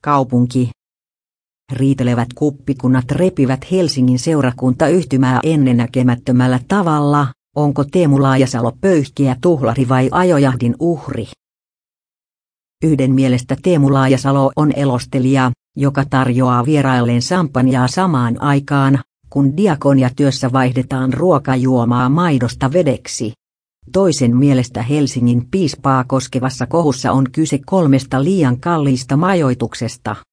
kaupunki. Riitelevät kuppikunnat repivät Helsingin seurakuntayhtymää ennennäkemättömällä tavalla, onko Teemu Laajasalo pöyhkeä tuhlari vai ajojahdin uhri? Yhden mielestä Teemu Laajasalo on elostelija, joka tarjoaa vierailleen sampanjaa samaan aikaan, kun diakoniatyössä vaihdetaan ruokajuomaa maidosta vedeksi. Toisen mielestä Helsingin piispaa koskevassa kohussa on kyse 3 liian kalliista majoituksesta.